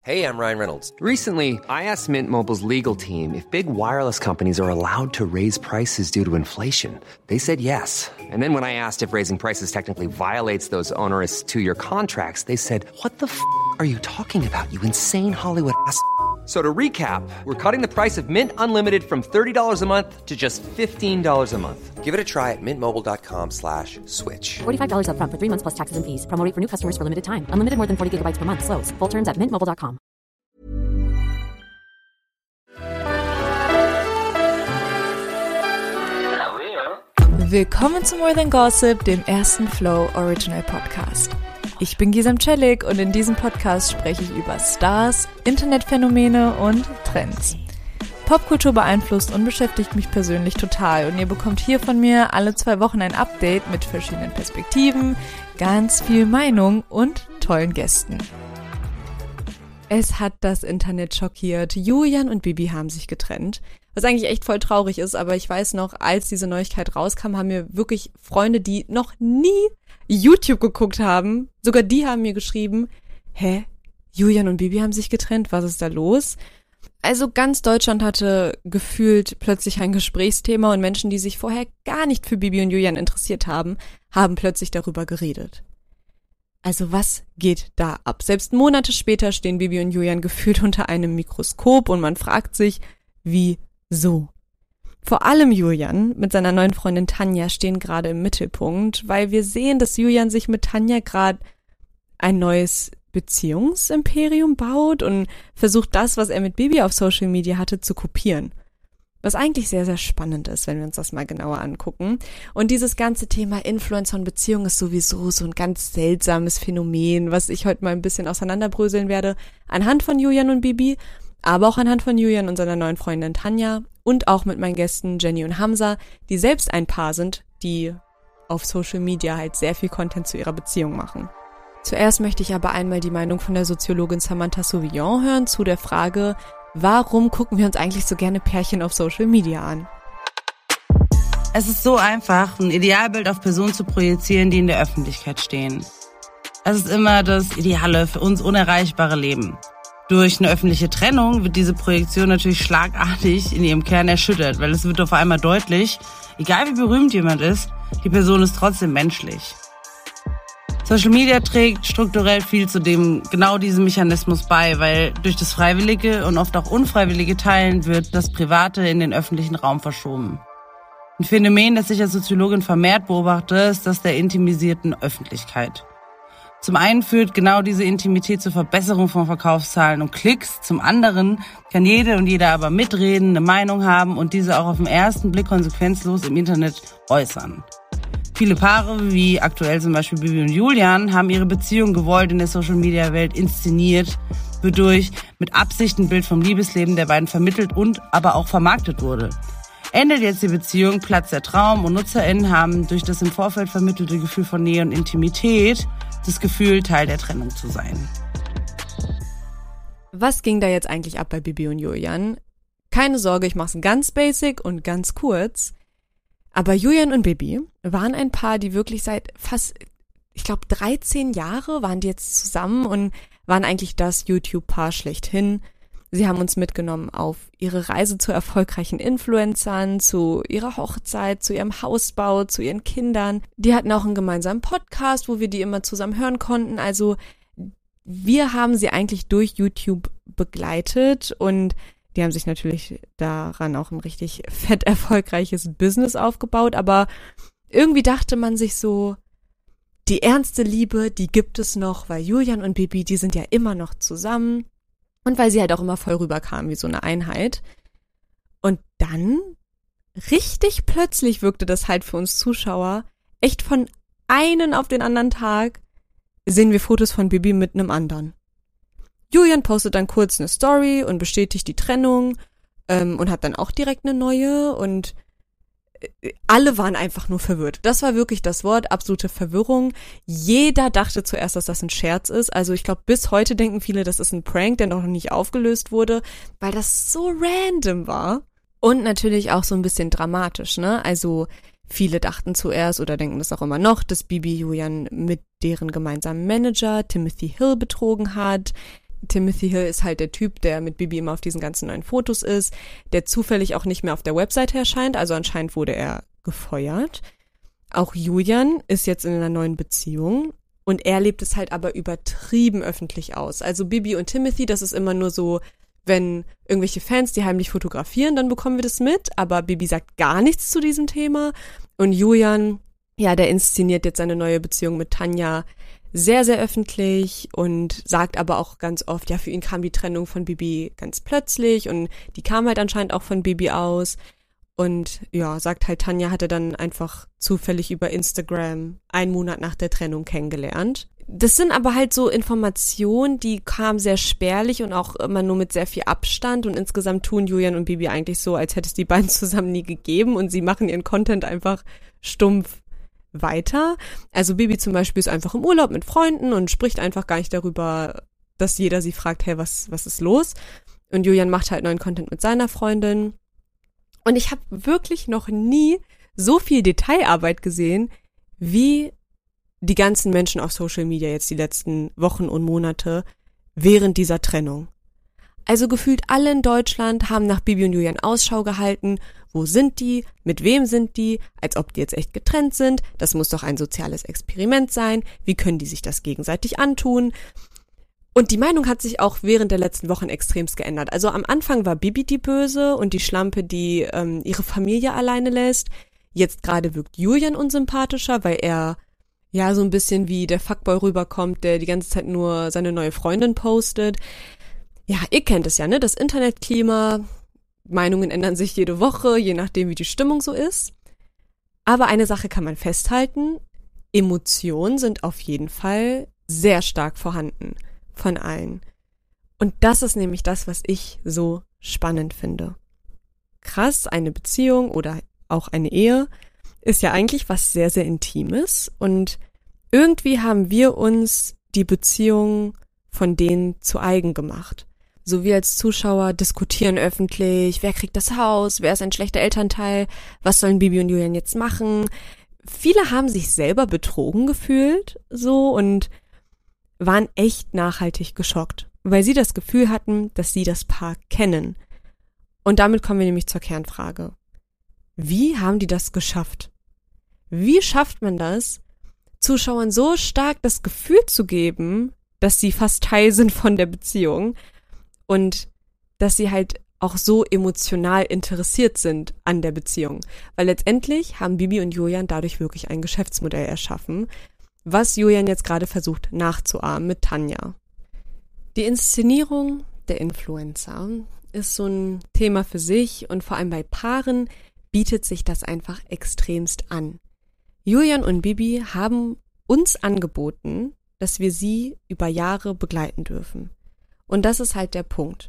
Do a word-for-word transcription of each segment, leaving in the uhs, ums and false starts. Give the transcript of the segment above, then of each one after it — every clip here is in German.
Hey, I'm Ryan Reynolds. Recently, I asked Mint Mobile's legal team if big wireless companies are allowed to raise prices due to inflation. They said yes. And then when I asked if raising prices technically violates those onerous two-year contracts, they said, what the f*** are you talking about, you insane Hollywood ass f- So to recap, we're cutting the price of Mint Unlimited from thirty dollars a month to just fifteen dollars a month. Give it a try at mintmobile.com slash switch. forty-five dollars up front for three months plus taxes and fees. Promo rate for new customers for limited time. Unlimited more than forty gigabytes per month. Slows full terms at mint mobile dot com. Willkommen zu More Than Gossip, dem ersten Flow Original Podcast. Ich bin Gisam Celik und in diesem Podcast spreche ich über Stars, Internetphänomene und Trends. Popkultur beeinflusst und beschäftigt mich persönlich total und ihr bekommt hier von mir alle zwei Wochen ein Update mit verschiedenen Perspektiven, ganz viel Meinung und tollen Gästen. Es hat das Internet schockiert. Julian und Bibi haben sich getrennt. Was eigentlich echt voll traurig ist, aber ich weiß noch, als diese Neuigkeit rauskam, haben mir wirklich Freunde, die noch nie YouTube geguckt haben, sogar die haben mir geschrieben, hä, Julian und Bibi haben sich getrennt, was ist da los? Also ganz Deutschland hatte gefühlt plötzlich ein Gesprächsthema und Menschen, die sich vorher gar nicht für Bibi und Julian interessiert haben, haben plötzlich darüber geredet. Also was geht da ab? Selbst Monate später stehen Bibi und Julian gefühlt unter einem Mikroskop und man fragt sich, wieso? Vor allem Julian mit seiner neuen Freundin Tanja stehen gerade im Mittelpunkt, weil wir sehen, dass Julian sich mit Tanja gerade ein neues Beziehungsimperium baut und versucht das, was er mit Bibi auf Social Media hatte, zu kopieren. Was eigentlich sehr, sehr spannend ist, wenn wir uns das mal genauer angucken. Und dieses ganze Thema Influencer und Beziehung ist sowieso so ein ganz seltsames Phänomen, was ich heute mal ein bisschen auseinanderbröseln werde, anhand von Julian und Bibi, aber auch anhand von Julian und seiner neuen Freundin Tanja und auch mit meinen Gästen Jenny und Hamza, die selbst ein Paar sind, die auf Social Media halt sehr viel Content zu ihrer Beziehung machen. Zuerst möchte ich aber einmal die Meinung von der Soziologin Samantha Sauvignon hören zu der Frage, warum gucken wir uns eigentlich so gerne Pärchen auf Social Media an? Es ist so einfach, ein Idealbild auf Personen zu projizieren, die in der Öffentlichkeit stehen. Es ist immer das ideale, für uns unerreichbare Leben. Durch eine öffentliche Trennung wird diese Projektion natürlich schlagartig in ihrem Kern erschüttert, weil es wird auf einmal deutlich, egal wie berühmt jemand ist, die Person ist trotzdem menschlich. Social Media trägt strukturell viel zu dem genau diesem Mechanismus bei, weil durch das freiwillige und oft auch unfreiwillige Teilen wird das Private in den öffentlichen Raum verschoben. Ein Phänomen, das ich als Soziologin vermehrt beobachte, ist das der intimisierten Öffentlichkeit. Zum einen führt genau diese Intimität zur Verbesserung von Verkaufszahlen und Klicks. Zum anderen kann jede und jeder aber mitreden, eine Meinung haben und diese auch auf den ersten Blick konsequenzlos im Internet äußern. Viele Paare, wie aktuell zum Beispiel Bibi und Julian, haben ihre Beziehung gewollt in der Social-Media-Welt inszeniert, wodurch mit Absicht ein Bild vom Liebesleben der beiden vermittelt und aber auch vermarktet wurde. Endet jetzt die Beziehung, platzt der Traum und NutzerInnen haben durch das im Vorfeld vermittelte Gefühl von Nähe und Intimität das Gefühl, Teil der Trennung zu sein. Was ging da jetzt eigentlich ab bei Bibi und Julian? Keine Sorge, ich mach's ganz basic und ganz kurz. Aber Julian und Bibi waren ein Paar, die wirklich seit fast, ich glaube, dreizehn Jahre waren die jetzt zusammen und waren eigentlich das YouTube-Paar schlechthin. Sie haben uns mitgenommen auf ihre Reise zu erfolgreichen Influencern, zu ihrer Hochzeit, zu ihrem Hausbau, zu ihren Kindern. Die hatten auch einen gemeinsamen Podcast, wo wir die immer zusammen hören konnten. Also wir haben sie eigentlich durch YouTube begleitet und die haben sich natürlich daran auch ein richtig fett erfolgreiches Business aufgebaut. Aber irgendwie dachte man sich so, die ernste Liebe, die gibt es noch, weil Julian und Bibi, die sind ja immer noch zusammen. Und weil sie halt auch immer voll rüberkamen wie so eine Einheit. Und dann, richtig plötzlich wirkte das halt für uns Zuschauer, echt von einem auf den anderen Tag, sehen wir Fotos von Bibi mit einem anderen. Julian postet dann kurz eine Story und bestätigt die Trennung ähm, und hat dann auch direkt eine neue und alle waren einfach nur verwirrt. Das war wirklich das Wort, absolute Verwirrung. Jeder dachte zuerst, dass das ein Scherz ist. Also ich glaube, bis heute denken viele, das ist ein Prank, der noch nicht aufgelöst wurde, weil das so random war. Und natürlich auch so ein bisschen dramatisch, ne? Also viele dachten zuerst oder denken das auch immer noch, dass Bibi Julian mit deren gemeinsamen Manager Timothy Hill betrogen hat. Timothy Hill ist halt der Typ, der mit Bibi immer auf diesen ganzen neuen Fotos ist, der zufällig auch nicht mehr auf der Webseite erscheint, also anscheinend wurde er gefeuert. Auch Julian ist jetzt in einer neuen Beziehung und er lebt es halt aber übertrieben öffentlich aus. Also Bibi und Timothy, das ist immer nur so, wenn irgendwelche Fans die heimlich fotografieren, dann bekommen wir das mit, aber Bibi sagt gar nichts zu diesem Thema und Julian, ja, der inszeniert jetzt seine neue Beziehung mit Tanja sehr, sehr öffentlich und sagt aber auch ganz oft, ja, für ihn kam die Trennung von Bibi ganz plötzlich und die kam halt anscheinend auch von Bibi aus und ja, sagt halt, Tanja hatte dann einfach zufällig über Instagram einen Monat nach der Trennung kennengelernt. Das sind aber halt so Informationen, die kamen sehr spärlich und auch immer nur mit sehr viel Abstand und insgesamt tun Julian und Bibi eigentlich so, als hätte es die beiden zusammen nie gegeben und sie machen ihren Content einfach stumpf weiter. Also Bibi zum Beispiel ist einfach im Urlaub mit Freunden und spricht einfach gar nicht darüber, dass jeder sie fragt, hey, was, was ist los? Und Julian macht halt neuen Content mit seiner Freundin. Und ich habe wirklich noch nie so viel Detailarbeit gesehen, wie die ganzen Menschen auf Social Media jetzt die letzten Wochen und Monate während dieser Trennung. Also gefühlt alle in Deutschland haben nach Bibi und Julian Ausschau gehalten. Wo sind die? Mit wem sind die? Als ob die jetzt echt getrennt sind. Das muss doch ein soziales Experiment sein. Wie können die sich das gegenseitig antun? Und die Meinung hat sich auch während der letzten Wochen extremst geändert. Also am Anfang war Bibi die Böse und die Schlampe, die ähm, ihre Familie alleine lässt. Jetzt gerade wirkt Julian unsympathischer, weil er ja so ein bisschen wie der Fuckboy rüberkommt, der die ganze Zeit nur seine neue Freundin postet. Ja, ihr kennt es ja, ne? Das Internetklima, Meinungen ändern sich jede Woche, je nachdem, wie die Stimmung so ist. Aber eine Sache kann man festhalten, Emotionen sind auf jeden Fall sehr stark vorhanden von allen. Und das ist nämlich das, was ich so spannend finde. Krass, eine Beziehung oder auch eine Ehe ist ja eigentlich was sehr, sehr Intimes und irgendwie haben wir uns die Beziehung von denen zu eigen gemacht. So wir als Zuschauer diskutieren öffentlich, wer kriegt das Haus, wer ist ein schlechter Elternteil, was sollen Bibi und Julian jetzt machen. Viele haben sich selber betrogen gefühlt so und waren echt nachhaltig geschockt, weil sie das Gefühl hatten, dass sie das Paar kennen. Und damit kommen wir nämlich zur Kernfrage. Wie haben die das geschafft? Wie schafft man das, Zuschauern so stark das Gefühl zu geben, dass sie fast Teil sind von der Beziehung und dass sie halt auch so emotional interessiert sind an der Beziehung. Weil letztendlich haben Bibi und Julian dadurch wirklich ein Geschäftsmodell erschaffen, was Julian jetzt gerade versucht nachzuahmen mit Tanja. Die Inszenierung der Influencer ist so ein Thema für sich und vor allem bei Paaren bietet sich das einfach extremst an. Julian und Bibi haben uns angeboten, dass wir sie über Jahre begleiten dürfen. Und das ist halt der Punkt.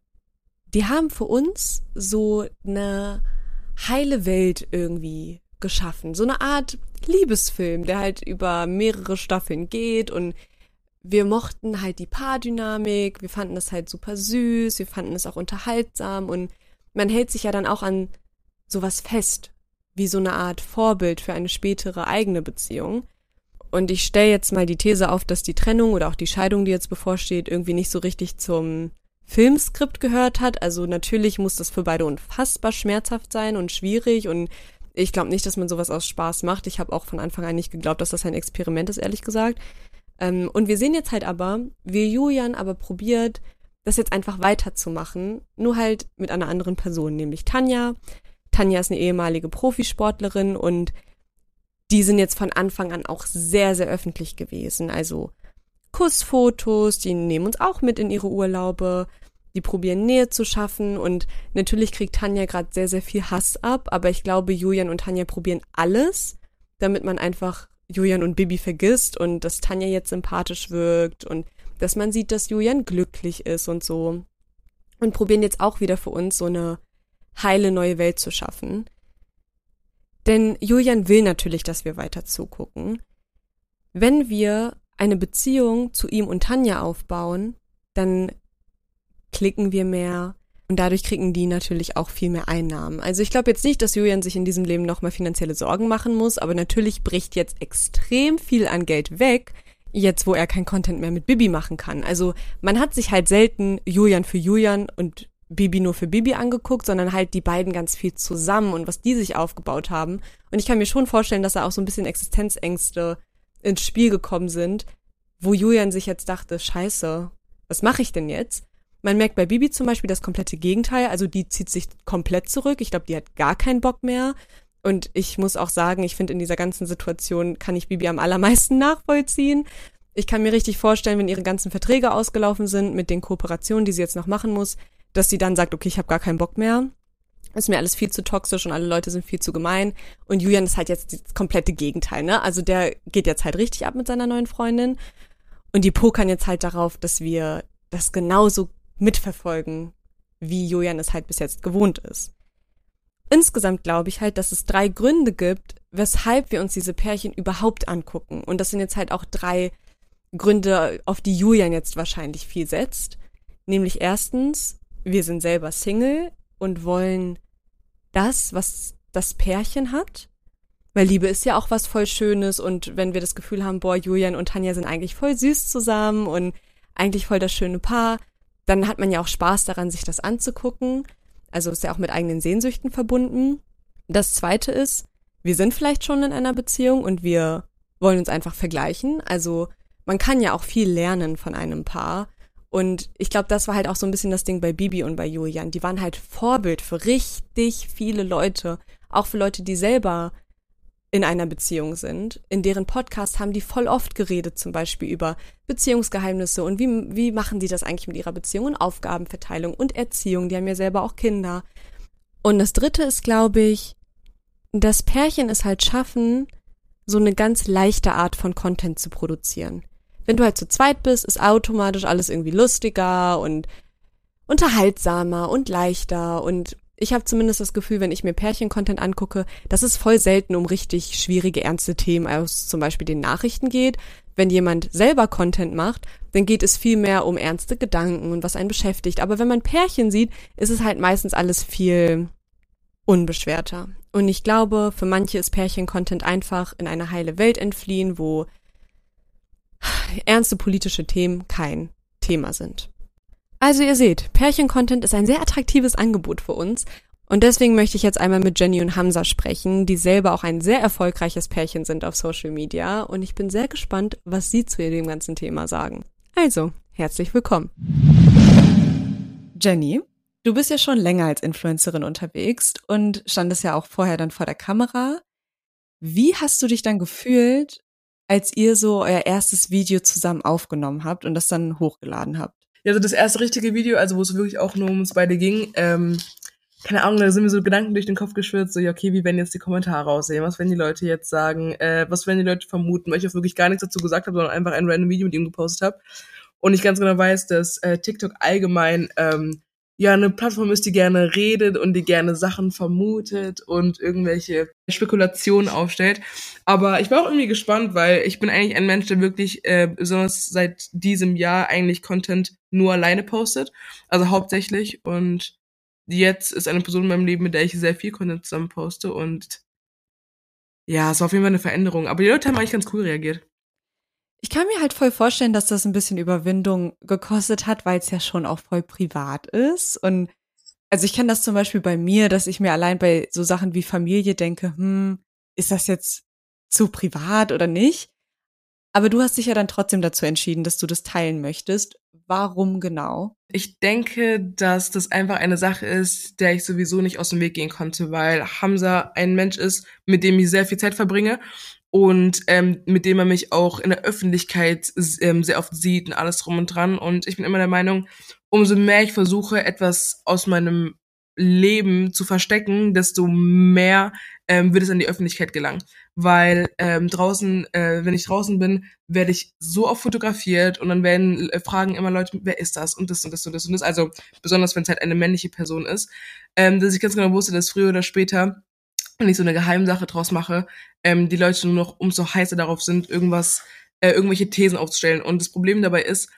Die haben für uns so eine heile Welt irgendwie geschaffen. So eine Art Liebesfilm, der halt über mehrere Staffeln geht und wir mochten halt die Paardynamik, wir fanden das halt super süß, wir fanden es auch unterhaltsam und man hält sich ja dann auch an sowas fest, wie so eine Art Vorbild für eine spätere eigene Beziehung. Und ich stelle jetzt mal die These auf, dass die Trennung oder auch die Scheidung, die jetzt bevorsteht, irgendwie nicht so richtig zum Filmskript gehört hat. Also natürlich muss das für beide unfassbar schmerzhaft sein und schwierig und ich glaube nicht, dass man sowas aus Spaß macht. Ich habe auch von Anfang an nicht geglaubt, dass das ein Experiment ist, ehrlich gesagt. Ähm, und wir sehen jetzt halt aber, wie Julian aber probiert, das jetzt einfach weiterzumachen, nur halt mit einer anderen Person, nämlich Tanja. Tanja ist eine ehemalige Profisportlerin und die sind jetzt von Anfang an auch sehr, sehr öffentlich gewesen. Also Kussfotos, die nehmen uns auch mit in ihre Urlaube, die probieren Nähe zu schaffen und natürlich kriegt Tanja gerade sehr, sehr viel Hass ab, aber ich glaube, Julian und Tanja probieren alles, damit man einfach Julian und Bibi vergisst und dass Tanja jetzt sympathisch wirkt und dass man sieht, dass Julian glücklich ist und so. Und probieren jetzt auch wieder für uns so eine heile neue Welt zu schaffen. Denn Julian will natürlich, dass wir weiter zugucken. Wenn wir eine Beziehung zu ihm und Tanja aufbauen, dann klicken wir mehr und dadurch kriegen die natürlich auch viel mehr Einnahmen. Also ich glaube jetzt nicht, dass Julian sich in diesem Leben nochmal finanzielle Sorgen machen muss, aber natürlich bricht jetzt extrem viel an Geld weg, jetzt wo er kein Content mehr mit Bibi machen kann. Also man hat sich halt selten Julian für Julian und Bibi nur für Bibi angeguckt, sondern halt die beiden ganz viel zusammen und was die sich aufgebaut haben. Und ich kann mir schon vorstellen, dass da auch so ein bisschen Existenzängste ins Spiel gekommen sind, wo Julian sich jetzt dachte, scheiße, was mache ich denn jetzt? Man merkt bei Bibi zum Beispiel das komplette Gegenteil, also die zieht sich komplett zurück. Ich glaube, die hat gar keinen Bock mehr. Und ich muss auch sagen, ich finde, in dieser ganzen Situation kann ich Bibi am allermeisten nachvollziehen. Ich kann mir richtig vorstellen, wenn ihre ganzen Verträge ausgelaufen sind mit den Kooperationen, die sie jetzt noch machen muss, dass sie dann sagt, okay, ich habe gar keinen Bock mehr. Ist mir alles viel zu toxisch und alle Leute sind viel zu gemein. Und Julian ist halt jetzt das komplette Gegenteil, ne? Also der geht jetzt halt richtig ab mit seiner neuen Freundin. Und die pokern jetzt halt darauf, dass wir das genauso mitverfolgen, wie Julian es halt bis jetzt gewohnt ist. Insgesamt glaube ich halt, dass es drei Gründe gibt, weshalb wir uns diese Pärchen überhaupt angucken. Und das sind jetzt halt auch drei Gründe, auf die Julian jetzt wahrscheinlich viel setzt. Nämlich erstens, wir sind selber Single und wollen das, was das Pärchen hat. Weil Liebe ist ja auch was voll Schönes und wenn wir das Gefühl haben, boah, Julian und Tanja sind eigentlich voll süß zusammen und eigentlich voll das schöne Paar, dann hat man ja auch Spaß daran, sich das anzugucken. Also ist ja auch mit eigenen Sehnsüchten verbunden. Das Zweite ist, wir sind vielleicht schon in einer Beziehung und wir wollen uns einfach vergleichen. Also man kann ja auch viel lernen von einem Paar. Und ich glaube, das war halt auch so ein bisschen das Ding bei Bibi und bei Julian. Die waren halt Vorbild für richtig viele Leute. Auch für Leute, die selber in einer Beziehung sind. In deren Podcast haben die voll oft geredet, zum Beispiel über Beziehungsgeheimnisse und wie, wie machen die das eigentlich mit ihrer Beziehung und Aufgabenverteilung und Erziehung. Die haben ja selber auch Kinder. Und das Dritte ist, glaube ich, das Pärchen es halt schaffen, so eine ganz leichte Art von Content zu produzieren. Wenn du halt zu zweit bist, ist automatisch alles irgendwie lustiger und unterhaltsamer und leichter und ich habe zumindest das Gefühl, wenn ich mir Pärchen-Content angucke, dass es voll selten um richtig schwierige, ernste Themen aus zum Beispiel den Nachrichten geht. Wenn jemand selber Content macht, dann geht es viel mehr um ernste Gedanken und was einen beschäftigt. Aber wenn man Pärchen sieht, ist es halt meistens alles viel unbeschwerter. Und ich glaube, für manche ist Pärchen-Content einfach in eine heile Welt entfliehen, wo ernste politische Themen kein Thema sind. Also ihr seht, Pärchen-Content ist ein sehr attraktives Angebot für uns und deswegen möchte ich jetzt einmal mit Jenny und Hamza sprechen, die selber auch ein sehr erfolgreiches Pärchen sind auf Social Media und ich bin sehr gespannt, was sie zu dem ganzen Thema sagen. Also, herzlich willkommen. Jenny, du bist ja schon länger als Influencerin unterwegs und standest ja auch vorher dann vor der Kamera. Wie hast du dich dann gefühlt, als ihr so euer erstes Video zusammen aufgenommen habt und das dann hochgeladen habt? Ja, so das erste richtige Video, also wo es wirklich auch nur um uns beide ging, ähm, keine Ahnung, da sind mir so Gedanken durch den Kopf geschwirrt, so, ja, okay, wie werden jetzt die Kommentare aussehen? Was werden die Leute jetzt sagen? Äh, was werden die Leute vermuten? Weil ich auch wirklich gar nichts dazu gesagt habe, sondern einfach ein random Video mit ihm gepostet habe. Und ich ganz genau weiß, dass äh, TikTok allgemein ähm, ja eine Plattform ist, die gerne redet und die gerne Sachen vermutet und irgendwelche Spekulationen aufstellt. Aber ich war auch irgendwie gespannt, weil ich bin eigentlich ein Mensch, der wirklich äh, besonders seit diesem Jahr eigentlich Content nur alleine postet, also hauptsächlich. Und jetzt ist eine Person in meinem Leben, mit der ich sehr viel Content zusammen poste und ja, es war auf jeden Fall eine Veränderung. Aber die Leute haben eigentlich ganz cool reagiert. Ich kann mir halt voll vorstellen, dass das ein bisschen Überwindung gekostet hat, weil es ja schon auch voll privat ist. Und also ich kenne das zum Beispiel bei mir, dass ich mir allein bei so Sachen wie Familie denke, hm, ist das jetzt zu privat oder nicht? Aber du hast dich ja dann trotzdem dazu entschieden, dass du das teilen möchtest. Warum genau? Ich denke, dass das einfach eine Sache ist, der ich sowieso nicht aus dem Weg gehen konnte, weil Hamza ein Mensch ist, mit dem ich sehr viel Zeit verbringe. Und ähm, mit dem man mich auch in der Öffentlichkeit ähm, sehr oft sieht und alles drum und dran. Und ich bin immer der Meinung, umso mehr ich versuche, etwas aus meinem Leben zu verstecken, desto mehr ähm, wird es an die Öffentlichkeit gelangen. Weil ähm, draußen, äh, wenn ich draußen bin, werde ich so oft fotografiert und dann werden äh, fragen immer Leute, wer ist das und das und das und das und das. Also besonders, wenn es halt eine männliche Person ist. Ähm, dass ich ganz genau wusste, dass früher oder später, wenn ich so eine Geheimsache draus mache, ähm, die Leute nur noch umso heißer darauf sind, irgendwas, äh, irgendwelche Thesen aufzustellen. Und das Problem dabei ist,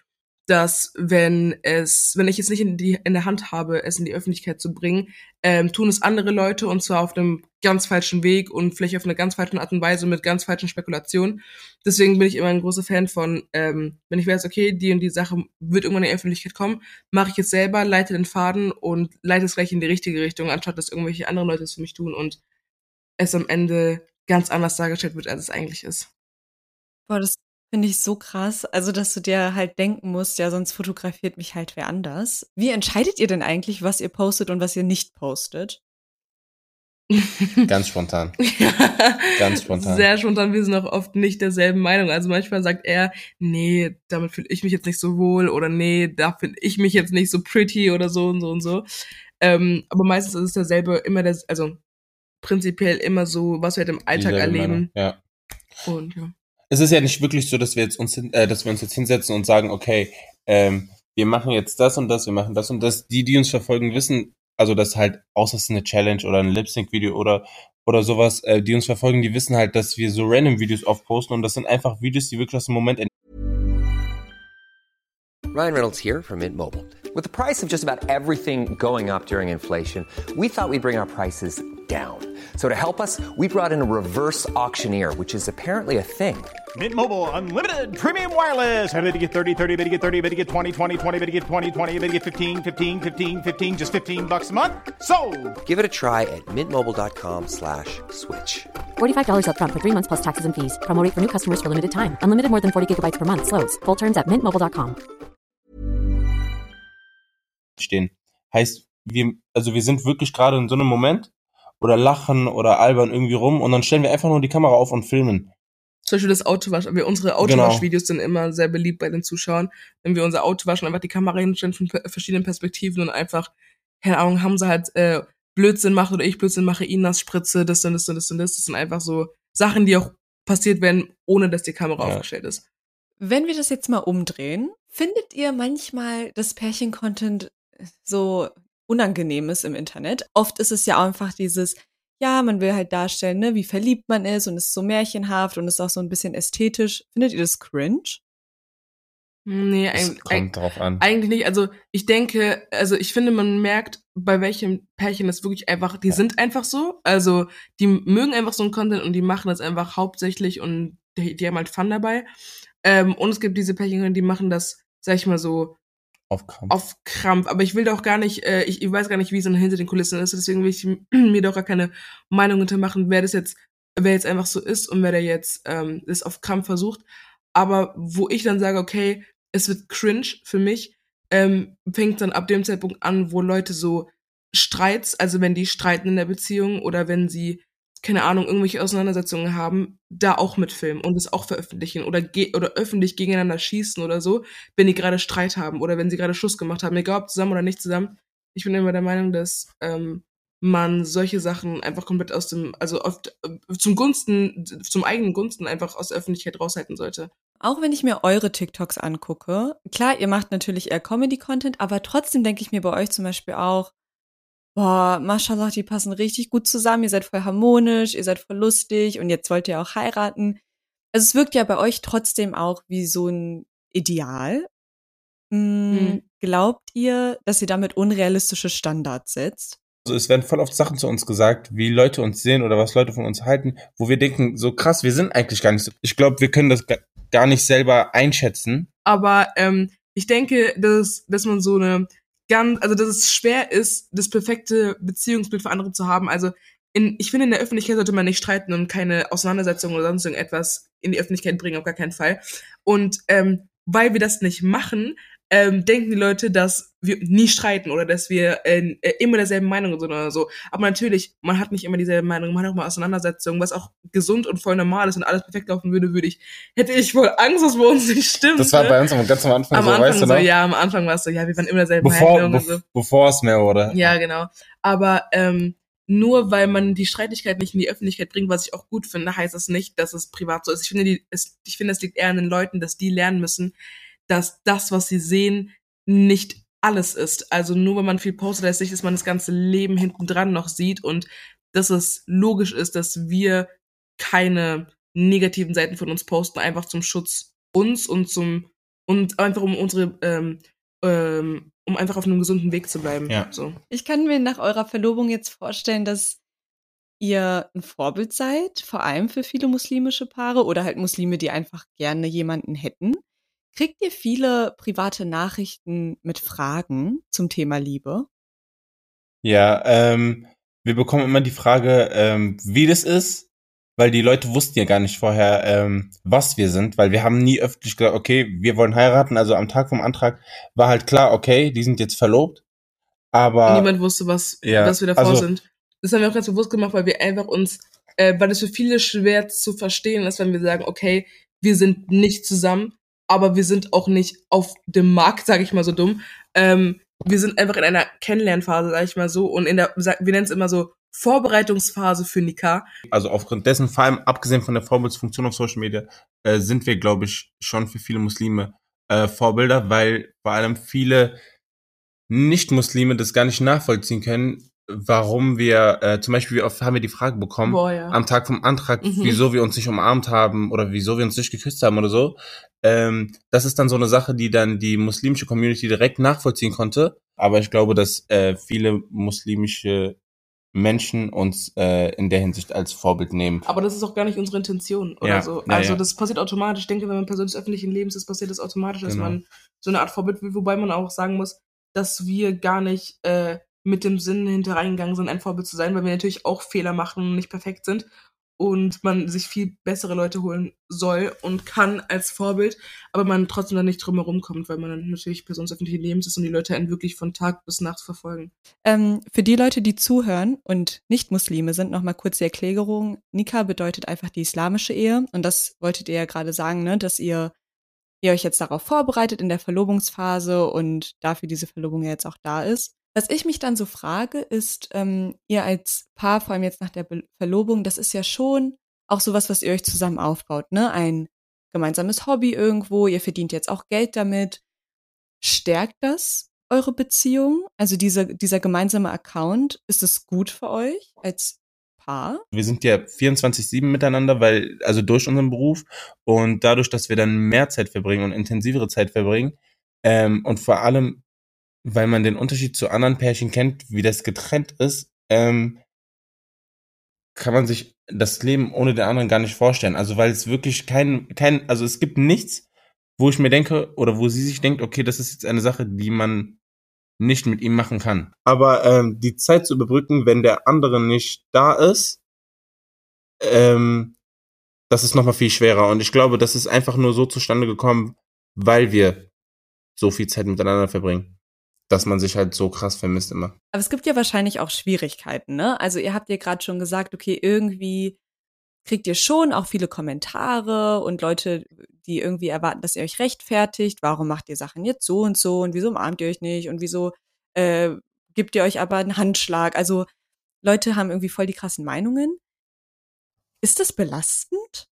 dass wenn es, wenn ich es nicht in die in der Hand habe, es in die Öffentlichkeit zu bringen, ähm, tun es andere Leute und zwar auf einem ganz falschen Weg und vielleicht auf eine ganz falsche Art und Weise mit ganz falschen Spekulationen. Deswegen bin ich immer ein großer Fan von, ähm, wenn ich weiß, okay, die und die Sache wird irgendwann in die Öffentlichkeit kommen, mache ich es selber, leite den Faden und leite es gleich in die richtige Richtung, anstatt dass irgendwelche anderen Leute es für mich tun und es am Ende ganz anders dargestellt wird, als es eigentlich ist. Boah, das finde ich so krass. Also, dass du dir halt denken musst, ja, sonst fotografiert mich halt wer anders. Wie entscheidet ihr denn eigentlich, was ihr postet und was ihr nicht postet? Ganz spontan. Ganz spontan. Sehr spontan. Wir sind auch oft nicht derselben Meinung. Also manchmal sagt er, nee, damit fühle ich mich jetzt nicht so wohl oder nee, da finde ich mich jetzt nicht so pretty oder so und so und so. Ähm, aber meistens ist es derselbe, immer der, also prinzipiell immer so, was wir halt im Alltag Dieselbe erleben. Meinung, ja. Und ja. Es ist ja nicht wirklich so, dass wir jetzt uns, hin- äh, dass wir uns jetzt hinsetzen und sagen, okay, ähm, wir machen jetzt das und das, wir machen das und das. Die, die uns verfolgen, wissen, also das halt, außer es ist eine Challenge oder ein Lip-Sync-Video oder oder sowas, äh, die uns verfolgen, die wissen halt, dass wir so random Videos oft posten und das sind einfach Videos, die wirklich aus dem Moment Ryan Reynolds here from Mint Mobile. With the price of just about everything going up during inflation, we thought we'd bring our prices down. So to help us, we brought in a reverse auctioneer, which is apparently a thing. Mint Mobile Unlimited Premium Wireless. How to get thirty, thirty, how to get thirty, how to get twenty, twenty, twenty, how to get twenty, twenty, how to get fifteen, fifteen, fifteen, fifteen, just fifteen bucks a month? Sold! Give it a try at mintmobile.com slash switch. forty-five dollars up front for three months plus taxes and fees. Promo rate for new customers for limited time. Unlimited more than forty gigabytes per month. Slows full terms at mint mobile dot com. stehen. Heißt, wir, also wir sind wirklich gerade in so einem Moment oder lachen oder albern irgendwie rum und dann stellen wir einfach nur die Kamera auf und filmen. Zum Beispiel das Autowasch, wir, unsere Autowaschvideos sind immer sehr beliebt bei den Zuschauern. Wenn wir unser Auto waschen, einfach die Kamera hinstellen von per- verschiedenen Perspektiven und einfach, keine Ahnung, haben sie halt äh, Blödsinn macht oder ich Blödsinn mache, ihn nass spritze, das und das und das und das. Das sind einfach so Sachen, die auch passiert werden, ohne dass die Kamera Ja. aufgestellt ist. Wenn wir das jetzt mal umdrehen, findet ihr manchmal, dass Pärchen-Content so unangenehm ist im Internet? Oft ist es ja einfach dieses, ja, man will halt darstellen, ne, wie verliebt man ist und es ist so märchenhaft und ist auch so ein bisschen ästhetisch. Findet ihr das cringe? Nee, Es ein, kommt ein, drauf an. eigentlich nicht. Also ich denke, also ich finde, man merkt, bei welchem Pärchen das wirklich einfach, die sind einfach so. Also die mögen einfach so einen Content und die machen das einfach hauptsächlich und die, die haben halt Fun dabei. Ähm, und es gibt diese Pärchen, die machen das, sag ich mal so, Auf Krampf. auf Krampf. Aber ich will doch gar nicht, äh, ich, ich weiß gar nicht, wie es dann hinter den Kulissen ist. Deswegen will ich mir doch gar keine Meinung hintermachen, wer das jetzt, wer jetzt einfach so ist und wer der jetzt ähm, das auf Krampf versucht. Aber wo ich dann sage, okay, es wird cringe für mich, ähm, fängt dann ab dem Zeitpunkt an, wo Leute so Streits, also wenn die streiten in der Beziehung oder wenn sie, keine Ahnung, irgendwelche Auseinandersetzungen haben, da auch mitfilmen und es auch veröffentlichen oder ge- oder öffentlich gegeneinander schießen oder so, wenn die gerade Streit haben oder wenn sie gerade Schluss gemacht haben, egal ob zusammen oder nicht zusammen. Ich bin immer der Meinung, dass ähm, man solche Sachen einfach komplett aus dem, also oft äh, zum Gunsten, zum eigenen Gunsten einfach aus der Öffentlichkeit raushalten sollte. Auch wenn ich mir eure TikToks angucke, klar, ihr macht natürlich eher Comedy-Content, aber trotzdem denke ich mir bei euch zum Beispiel auch, boah, Mashallah, die passen richtig gut zusammen, ihr seid voll harmonisch, ihr seid voll lustig und jetzt wollt ihr auch heiraten. Also es wirkt ja bei euch trotzdem auch wie so ein Ideal. Hm, Mhm. Glaubt ihr, dass ihr damit unrealistische Standards setzt? Also es werden voll oft Sachen zu uns gesagt, wie Leute uns sehen oder was Leute von uns halten, wo wir denken, so krass, wir sind eigentlich gar nicht so. Ich glaube, wir können das ga- gar nicht selber einschätzen. Aber ähm, ich denke, dass, dass man so eine ganz, also dass es schwer ist, das perfekte Beziehungsbild für andere zu haben. Also in, ich finde, in der Öffentlichkeit sollte man nicht streiten und keine Auseinandersetzung oder sonst irgendetwas in die Öffentlichkeit bringen, auf gar keinen Fall. Und ähm, weil wir das nicht machen, ähm, denken die Leute, dass wir nie streiten oder dass wir äh, äh, immer derselben Meinung sind oder so. Aber natürlich, man hat nicht immer dieselbe Meinung, man hat auch mal Auseinandersetzungen, was auch gesund und voll normal ist und alles perfekt laufen würde, würde ich, hätte ich voll Angst, was bei uns nicht stimmt. Das war ne? bei uns am- ganz am Anfang Am so, Anfang weißt du so, noch? ja, am Anfang war es so, ja, wir waren immer derselben Bevor, Meinung und bev- so. bevor es mehr wurde. Ja, genau. Aber ähm, nur weil man die Streitigkeit nicht in die Öffentlichkeit bringt, was ich auch gut finde, heißt das nicht, dass es privat so ist. Ich finde, die, es, ich finde, es liegt eher an den Leuten, dass die lernen müssen, dass das, was sie sehen, nicht alles ist. Also nur wenn man viel postet, heißt nicht, dass man das ganze Leben hinten dran noch sieht und dass es logisch ist, dass wir keine negativen Seiten von uns posten, einfach zum Schutz uns und zum Und einfach um unsere, ähm, ähm, um einfach auf einem gesunden Weg zu bleiben. Ja. So. Ich kann mir nach eurer Verlobung jetzt vorstellen, dass ihr ein Vorbild seid, vor allem für viele muslimische Paare oder halt Muslime, die einfach gerne jemanden hätten. Kriegt ihr viele private Nachrichten mit Fragen zum Thema Liebe? Ja, ähm, wir bekommen immer die Frage, ähm, wie das ist, weil die Leute wussten ja gar nicht vorher, ähm, was wir sind, weil wir haben nie öffentlich gesagt, okay, wir wollen heiraten, also am Tag vom Antrag war halt klar, okay, die sind jetzt verlobt, aber... Niemand wusste, was, ja, was wir davor also- sind. Das haben wir auch ganz bewusst gemacht, weil wir einfach uns, äh, weil es für viele schwer zu verstehen ist, wenn wir sagen, okay, wir sind nicht zusammen, aber wir sind auch nicht auf dem Markt, sage ich mal so dumm. Ähm, wir sind einfach in einer Kennenlernphase, sage ich mal so, und in der, sag- wir nennen es immer so Vorbereitungsphase für Nikah. Also aufgrund dessen, vor allem abgesehen von der Vorbildsfunktion auf Social Media, äh, sind wir, glaube ich, schon für viele Muslime äh, Vorbilder, weil vor allem viele Nicht-Muslime das gar nicht nachvollziehen können, warum wir, äh, zum Beispiel, wie oft haben wir die Frage bekommen, Boah, ja. am Tag vom Antrag, Mhm. wieso wir uns nicht umarmt haben oder wieso wir uns nicht geküsst haben oder so. Ähm, das ist dann so eine Sache, die dann die muslimische Community direkt nachvollziehen konnte. Aber ich glaube, dass äh, viele muslimische Menschen uns äh, in der Hinsicht als Vorbild nehmen. Aber das ist auch gar nicht unsere Intention oder Ja, so. ja, Also ja. das passiert automatisch. Ich denke, wenn man Person des öffentlichen Lebens ist, passiert das automatisch, dass Genau. man so eine Art Vorbild will. Wobei man auch sagen muss, dass wir gar nicht äh, mit dem Sinn hinter reingegangen sind, ein Vorbild zu sein, weil wir natürlich auch Fehler machen und nicht perfekt sind. Und man sich viel bessere Leute holen soll und kann als Vorbild, aber man trotzdem dann nicht drum herum kommt, weil man dann natürlich Person des öffentlichen Lebens ist und die Leute einen wirklich von Tag bis Nacht verfolgen. Ähm, für die Leute, die zuhören und nicht Muslime sind, nochmal kurz die Erklärung. Nikah bedeutet einfach die islamische Ehe. Und das wolltet ihr ja gerade sagen, ne, dass ihr, ihr euch jetzt darauf vorbereitet in der Verlobungsphase und dafür diese Verlobung ja jetzt auch da ist. Was ich mich dann so frage, ist, ähm, ihr als Paar, vor allem jetzt nach der Be- Verlobung, das ist ja schon auch sowas, was ihr euch zusammen aufbaut, ne? Ein gemeinsames Hobby irgendwo, ihr verdient jetzt auch Geld damit. Stärkt das eure Beziehung? Also diese, dieser gemeinsame Account, ist es gut für euch als Paar? Wir sind ja vierundzwanzig sieben miteinander, weil, also durch unseren Beruf und dadurch, dass wir dann mehr Zeit verbringen und intensivere Zeit verbringen, ähm, und vor allem, weil man den Unterschied zu anderen Pärchen kennt, wie das getrennt ist, ähm, kann man sich das Leben ohne den anderen gar nicht vorstellen. Also weil es wirklich kein, kein, also es gibt nichts, wo ich mir denke, oder wo sie sich denkt, okay, das ist jetzt eine Sache, die man nicht mit ihm machen kann. Aber ähm, die Zeit zu überbrücken, wenn der andere nicht da ist, ähm, das ist nochmal viel schwerer. Und ich glaube, das ist einfach nur so zustande gekommen, weil wir so viel Zeit miteinander verbringen, dass man sich halt so krass vermisst immer. Aber es gibt ja wahrscheinlich auch Schwierigkeiten, ne? Also ihr habt ja gerade schon gesagt, okay, irgendwie kriegt ihr schon auch viele Kommentare und Leute, die irgendwie erwarten, dass ihr euch rechtfertigt. Warum macht ihr Sachen jetzt so und so und wieso umarmt ihr euch nicht und wieso äh, gebt ihr euch aber einen Handschlag? Also Leute haben irgendwie voll die krassen Meinungen. Ist das belastend?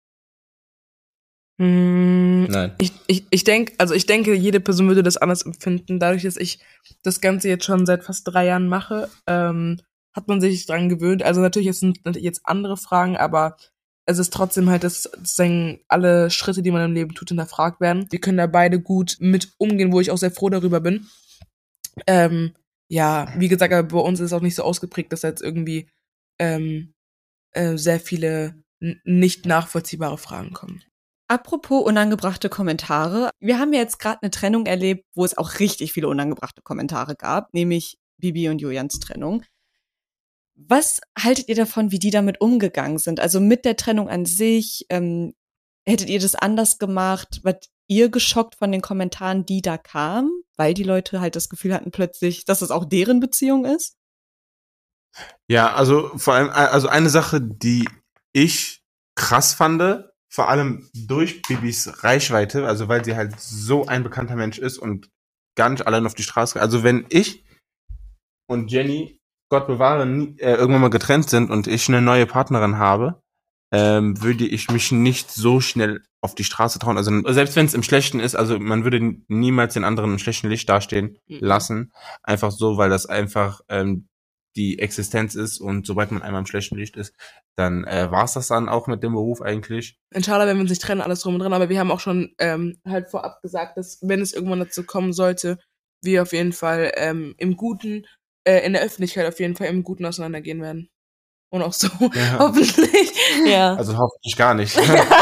Hm, Nein. Ich, ich, ich denke, also ich denke, jede Person würde das anders empfinden. Dadurch, dass ich das Ganze jetzt schon seit fast drei Jahren mache, ähm, hat man sich dran gewöhnt. Also natürlich es sind natürlich jetzt andere Fragen, aber es ist trotzdem halt, dass sozusagen alle Schritte, die man im Leben tut, hinterfragt werden. Wir können da beide gut mit umgehen, wo ich auch sehr froh darüber bin. Ähm, ja, wie gesagt, aber bei uns ist es auch nicht so ausgeprägt, dass da jetzt irgendwie ähm, äh, sehr viele n- nicht nachvollziehbare Fragen kommen. Apropos unangebrachte Kommentare. Wir haben ja jetzt gerade eine Trennung erlebt, wo es auch richtig viele unangebrachte Kommentare gab, nämlich Bibi und Julians Trennung. Was haltet ihr davon, wie die damit umgegangen sind? Also mit der Trennung an sich, ähm, hättet ihr das anders gemacht? Wart ihr geschockt von den Kommentaren, die da kamen? Weil die Leute halt das Gefühl hatten plötzlich, dass es auch deren Beziehung ist? Ja, also vor allem, also eine Sache, die ich krass fand, vor allem durch Bibis Reichweite, also weil sie halt so ein bekannter Mensch ist und gar nicht allein auf die Straße. Also wenn ich und Jenny, Gott bewahre, nie, äh, irgendwann mal getrennt sind und ich eine neue Partnerin habe, ähm, würde ich mich nicht so schnell auf die Straße trauen. Also selbst wenn es im Schlechten ist, also man würde niemals den anderen im schlechten Licht dastehen Mhm. lassen. Einfach so, weil das einfach ähm, die Existenz ist und sobald man einmal im schlechten Licht ist, dann äh, war's das dann auch mit dem Beruf eigentlich. Inshallah, wenn wir uns nicht trennen, alles drum und dran, aber wir haben auch schon ähm, halt vorab gesagt, dass wenn es irgendwann dazu kommen sollte, wir auf jeden Fall ähm, im Guten, äh, in der Öffentlichkeit auf jeden Fall im Guten auseinandergehen werden. Und auch so, Ja. hoffentlich. Ja. Also hoffentlich gar nicht.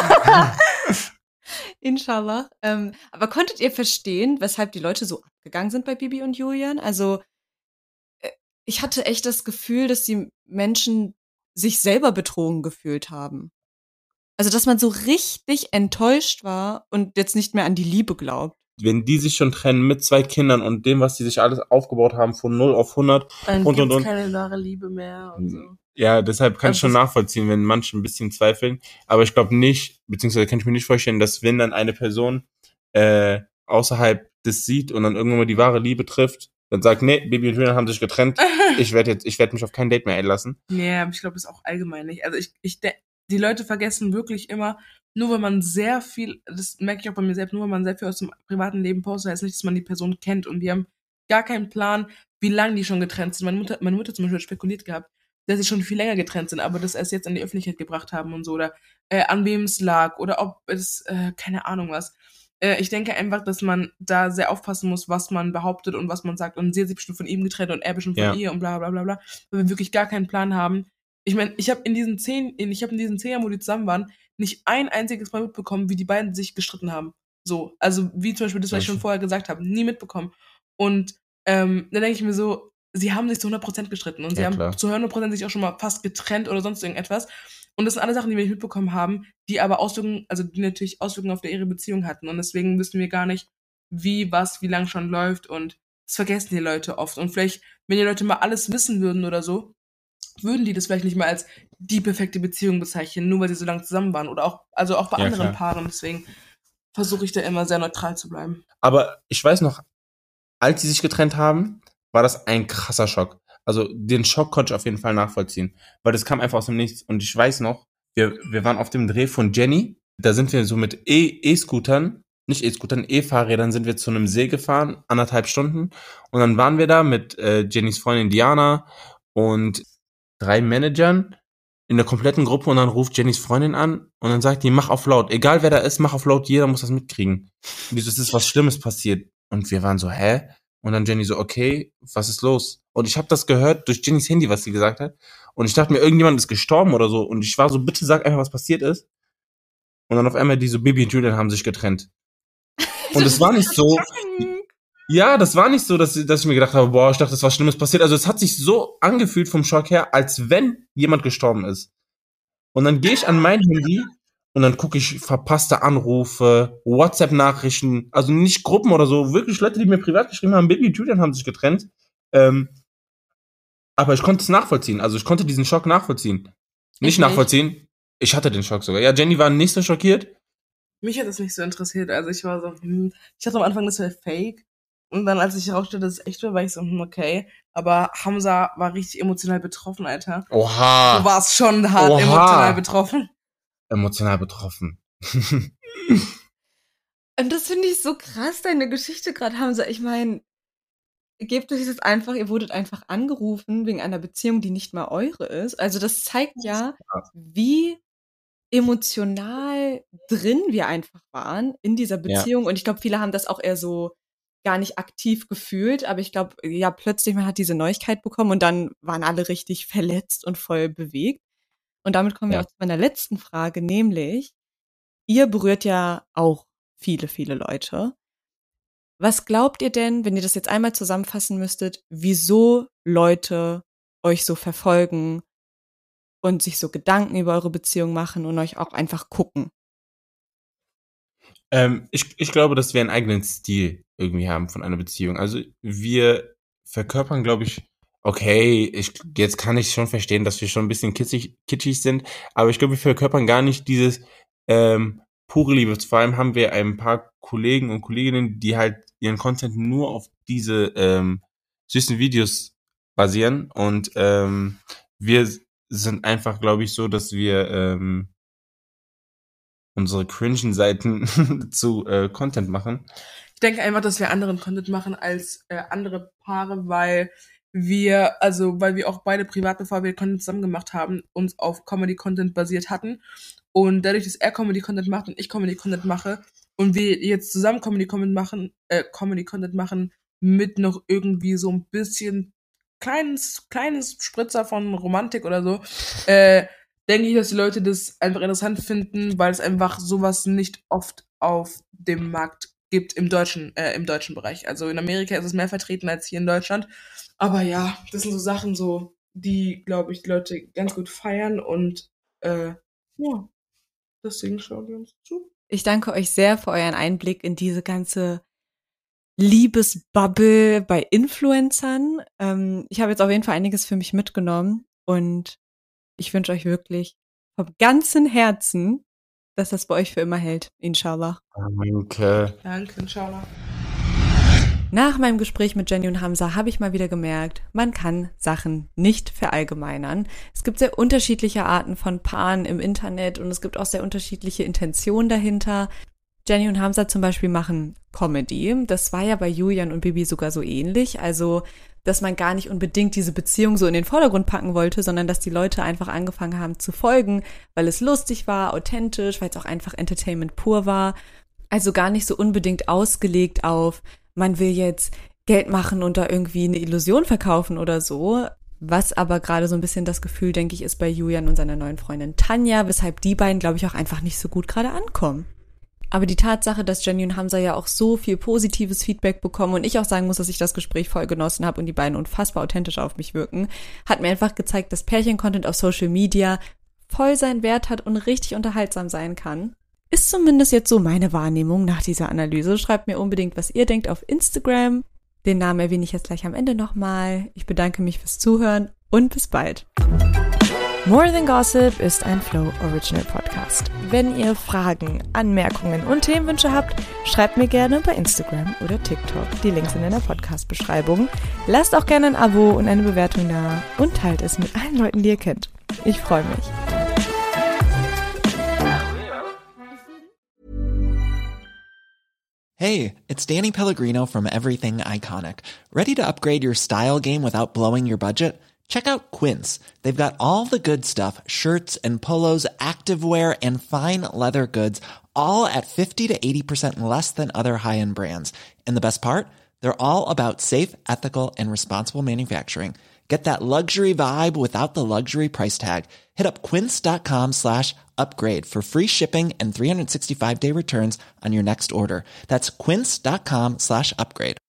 Inshallah. Ähm, aber konntet ihr verstehen, weshalb die Leute so abgegangen sind bei Bibi und Julian? Also, äh, ich hatte echt das Gefühl, dass die Menschen sich selber betrogen gefühlt haben. Also, dass man so richtig enttäuscht war und jetzt nicht mehr an die Liebe glaubt. Wenn die sich schon trennen mit zwei Kindern und dem, was die sich alles aufgebaut haben, von null auf hundert Dann und, und, gibt's und. keine wahre Liebe mehr und so. Ja, deshalb kann ich Also schon das- nachvollziehen, wenn manche ein bisschen zweifeln. Aber ich glaube nicht, beziehungsweise kann ich mir nicht vorstellen, dass wenn dann eine Person äh, außerhalb das sieht und dann irgendwann mal die wahre Liebe trifft, dann sagt, nee, Bibi und Julian haben sich getrennt, ich werde jetzt, ich werde mich auf kein Date mehr einlassen. Nee, aber ich glaube, das ist auch allgemein nicht. Also ich, ich, de- die Leute vergessen wirklich immer, nur wenn man sehr viel, das merke ich auch bei mir selbst, nur wenn man sehr viel aus dem privaten Leben postet, heißt nicht, dass man die Person kennt. Und wir haben gar keinen Plan, wie lange die schon getrennt sind. Meine Mutter, meine Mutter zum Beispiel hat spekuliert gehabt, dass sie schon viel länger getrennt sind, aber das erst jetzt an die Öffentlichkeit gebracht haben und so, oder äh, an wem es lag, oder ob es, äh, keine Ahnung was. Äh, ich denke einfach, dass man da sehr aufpassen muss, was man behauptet und was man sagt. Und sie hat sich bestimmt von ihm getrennt und er bestimmt von Ja. ihr und bla bla bla bla, weil wir wirklich gar keinen Plan haben. Ich meine, ich habe in diesen zehn, in- ich habe in diesen zehn Jahren, wo die zusammen waren, nicht ein einziges Mal mitbekommen, wie die beiden sich gestritten haben. So, also wie zum Beispiel das, was ich schon vorher gesagt habe, nie mitbekommen. Und ähm, dann denke ich mir so, sie haben sich zu hundert Prozent gestritten und sie Ja, haben klar. zu hundert Prozent sich auch schon mal fast getrennt oder sonst irgendetwas. Und das sind alle Sachen, die wir nicht mitbekommen haben, die aber Auswirkungen, also die natürlich Auswirkungen auf ihre Beziehung hatten. Und deswegen wissen wir gar nicht, wie, was, wie lang schon läuft. Und das vergessen die Leute oft. Und vielleicht, wenn die Leute mal alles wissen würden oder so, würden die das vielleicht nicht mal als die perfekte Beziehung bezeichnen, nur weil sie so lange zusammen waren. Oder auch, also auch bei Ja, anderen klar. Paaren. Deswegen versuche ich da immer sehr neutral zu bleiben. Aber ich weiß noch, als sie sich getrennt haben, war das ein krasser Schock. Also den Schock konnte ich auf jeden Fall nachvollziehen, weil das kam einfach aus dem Nichts. Und ich weiß noch, wir, wir waren auf dem Dreh von Jenny, da sind wir so mit E- E-Scootern, nicht E-Scootern, E-Fahrrädern sind wir zu einem See gefahren, anderthalb Stunden. Und dann waren wir da mit äh, Jennys Freundin Diana und drei Managern in der kompletten Gruppe und dann ruft Jennys Freundin an und dann sagt die, mach auf laut. Egal wer da ist, mach auf laut, jeder muss das mitkriegen. Und die so, es ist was Schlimmes passiert. Und wir waren so, hä? Und dann Jenny so, okay, was ist los? Und ich habe das gehört durch Jennys Handy, was sie gesagt hat. Und ich dachte mir, irgendjemand ist gestorben oder so. Und ich war so, bitte sag einfach, was passiert ist. Und dann auf einmal die so, Bibi und Julian haben sich getrennt. Und es war nicht so, ja, das war nicht so, dass, dass ich mir gedacht habe, boah, ich dachte, das war Schlimmes passiert. Also es hat sich so angefühlt vom Schock her, als wenn jemand gestorben ist. Und dann gehe ich an mein Handy und dann gucke ich verpasste Anrufe, WhatsApp-Nachrichten, also nicht Gruppen oder so, wirklich Leute, die mir privat geschrieben haben, Bibi und Julian haben sich getrennt. Ähm, aber ich konnte es nachvollziehen, also ich konnte diesen Schock nachvollziehen. Nicht Ich nachvollziehen, ich hatte den Schock sogar. Ja, Jenny war nicht so schockiert. Mich hat das nicht so interessiert. Also ich war so, hm, ich dachte am Anfang, das wäre fake. Und dann, als ich herausstellte, dass es echt war, war ich so, hm, okay. Aber Hamza war richtig emotional betroffen, Alter. Oha. Du warst schon hart Oha. emotional betroffen. Emotional betroffen. Und das finde ich so krass, deine Geschichte gerade, Hamza. Ich meine, gebt euch das einfach, ihr wurdet einfach angerufen wegen einer Beziehung, die nicht mal eure ist. Also das zeigt ja, wie emotional drin wir einfach waren in dieser Beziehung. Und ich glaube, viele haben das auch eher so gar nicht aktiv gefühlt. Aber ich glaube, ja, plötzlich man hat diese Neuigkeit bekommen und dann waren alle richtig verletzt und voll bewegt. Und damit kommen wir Ja. auch zu meiner letzten Frage, nämlich, ihr berührt ja auch viele, viele Leute. Was glaubt ihr denn, wenn ihr das jetzt einmal zusammenfassen müsstet, wieso Leute euch so verfolgen und sich so Gedanken über eure Beziehung machen und euch auch einfach gucken? Ähm, ich, ich glaube, dass wir einen eigenen Stil irgendwie haben von einer Beziehung. Also wir verkörpern, glaube ich, okay, ich, jetzt kann ich schon verstehen, dass wir schon ein bisschen kitschig, kitschig sind, aber ich glaube, wir verkörpern gar nicht dieses ähm, pure Liebe. Vor allem haben wir ein paar Kollegen und Kolleginnen, die halt ihren Content nur auf diese ähm, süßen Videos basieren und ähm, wir sind einfach, glaube ich, so, dass wir ähm, unsere cringen Seiten zu äh, Content machen. Ich denke einfach, dass wir anderen Content machen als äh, andere Paare, weil wir, also weil wir auch beide privat, bevor wir Content zusammen gemacht haben, uns auf Comedy-Content basiert hatten. Und dadurch, dass er Comedy-Content macht und ich Comedy-Content mache und wir jetzt zusammen Comedy-Content machen, äh, Comedy-Content machen mit noch irgendwie so ein bisschen kleines, kleines Spritzer von Romantik oder so, äh, denke ich, dass die Leute das einfach interessant finden, weil es einfach sowas nicht oft auf dem Markt gibt im deutschen, äh, im deutschen Bereich. Also in Amerika ist es mehr vertreten als hier in Deutschland. Aber ja, das sind so Sachen so, die, glaube ich, die Leute ganz gut feiern und äh, ja, deswegen schauen wir uns zu. Ich danke euch sehr für euren Einblick in diese ganze Liebesbubble bei Influencern. Ähm, ich habe jetzt auf jeden Fall einiges für mich mitgenommen und ich wünsche euch wirklich vom ganzen Herzen, dass das bei euch für immer hält, inshallah. Danke. Danke, inshallah. Nach meinem Gespräch mit Jenny und Hamza habe ich mal wieder gemerkt, man kann Sachen nicht verallgemeinern. Es gibt sehr unterschiedliche Arten von Paaren im Internet und es gibt auch sehr unterschiedliche Intentionen dahinter. Jenny und Hamza zum Beispiel machen Comedy. Das war ja bei Julian und Bibi sogar so ähnlich. Also, dass man gar nicht unbedingt diese Beziehung so in den Vordergrund packen wollte, sondern dass die Leute einfach angefangen haben zu folgen, weil es lustig war, authentisch, weil es auch einfach Entertainment pur war. Also gar nicht so unbedingt ausgelegt auf, man will jetzt Geld machen und da irgendwie eine Illusion verkaufen oder so. Was aber gerade so ein bisschen das Gefühl, denke ich, ist bei Julian und seiner neuen Freundin Tanja, weshalb die beiden, glaube ich, auch einfach nicht so gut gerade ankommen. Aber die Tatsache, dass Jenny und Hamza ja auch so viel positives Feedback bekommen und ich auch sagen muss, dass ich das Gespräch voll genossen habe und die beiden unfassbar authentisch auf mich wirken, hat mir einfach gezeigt, dass Pärchen-Content auf Social Media voll seinen Wert hat und richtig unterhaltsam sein kann. Ist zumindest jetzt so meine Wahrnehmung nach dieser Analyse. Schreibt mir unbedingt, was ihr denkt auf Instagram. Den Namen erwähne ich jetzt gleich am Ende nochmal. Ich bedanke mich fürs Zuhören und bis bald. More Than Gossip ist ein Flow Original Podcast. Wenn ihr Fragen, Anmerkungen und Themenwünsche habt, schreibt mir gerne bei Instagram oder TikTok. Die Links sind in der Podcast-Beschreibung. Lasst auch gerne ein Abo und eine Bewertung da und teilt es mit allen Leuten, die ihr kennt. Ich freue mich. Hey, it's Danny Pellegrino from Everything Iconic. Ready to upgrade your style game without blowing your budget? Check out Quince. They've got all the good stuff, shirts and polos, activewear, and fine leather goods, all at fifty to eighty percent less than other high-end brands. And the best part? They're all about safe, ethical, and responsible manufacturing. Get that luxury vibe without the luxury price tag. Hit up quince.com slash upgrade for free shipping and three sixty-five day returns on your next order. That's quince.com slash upgrade.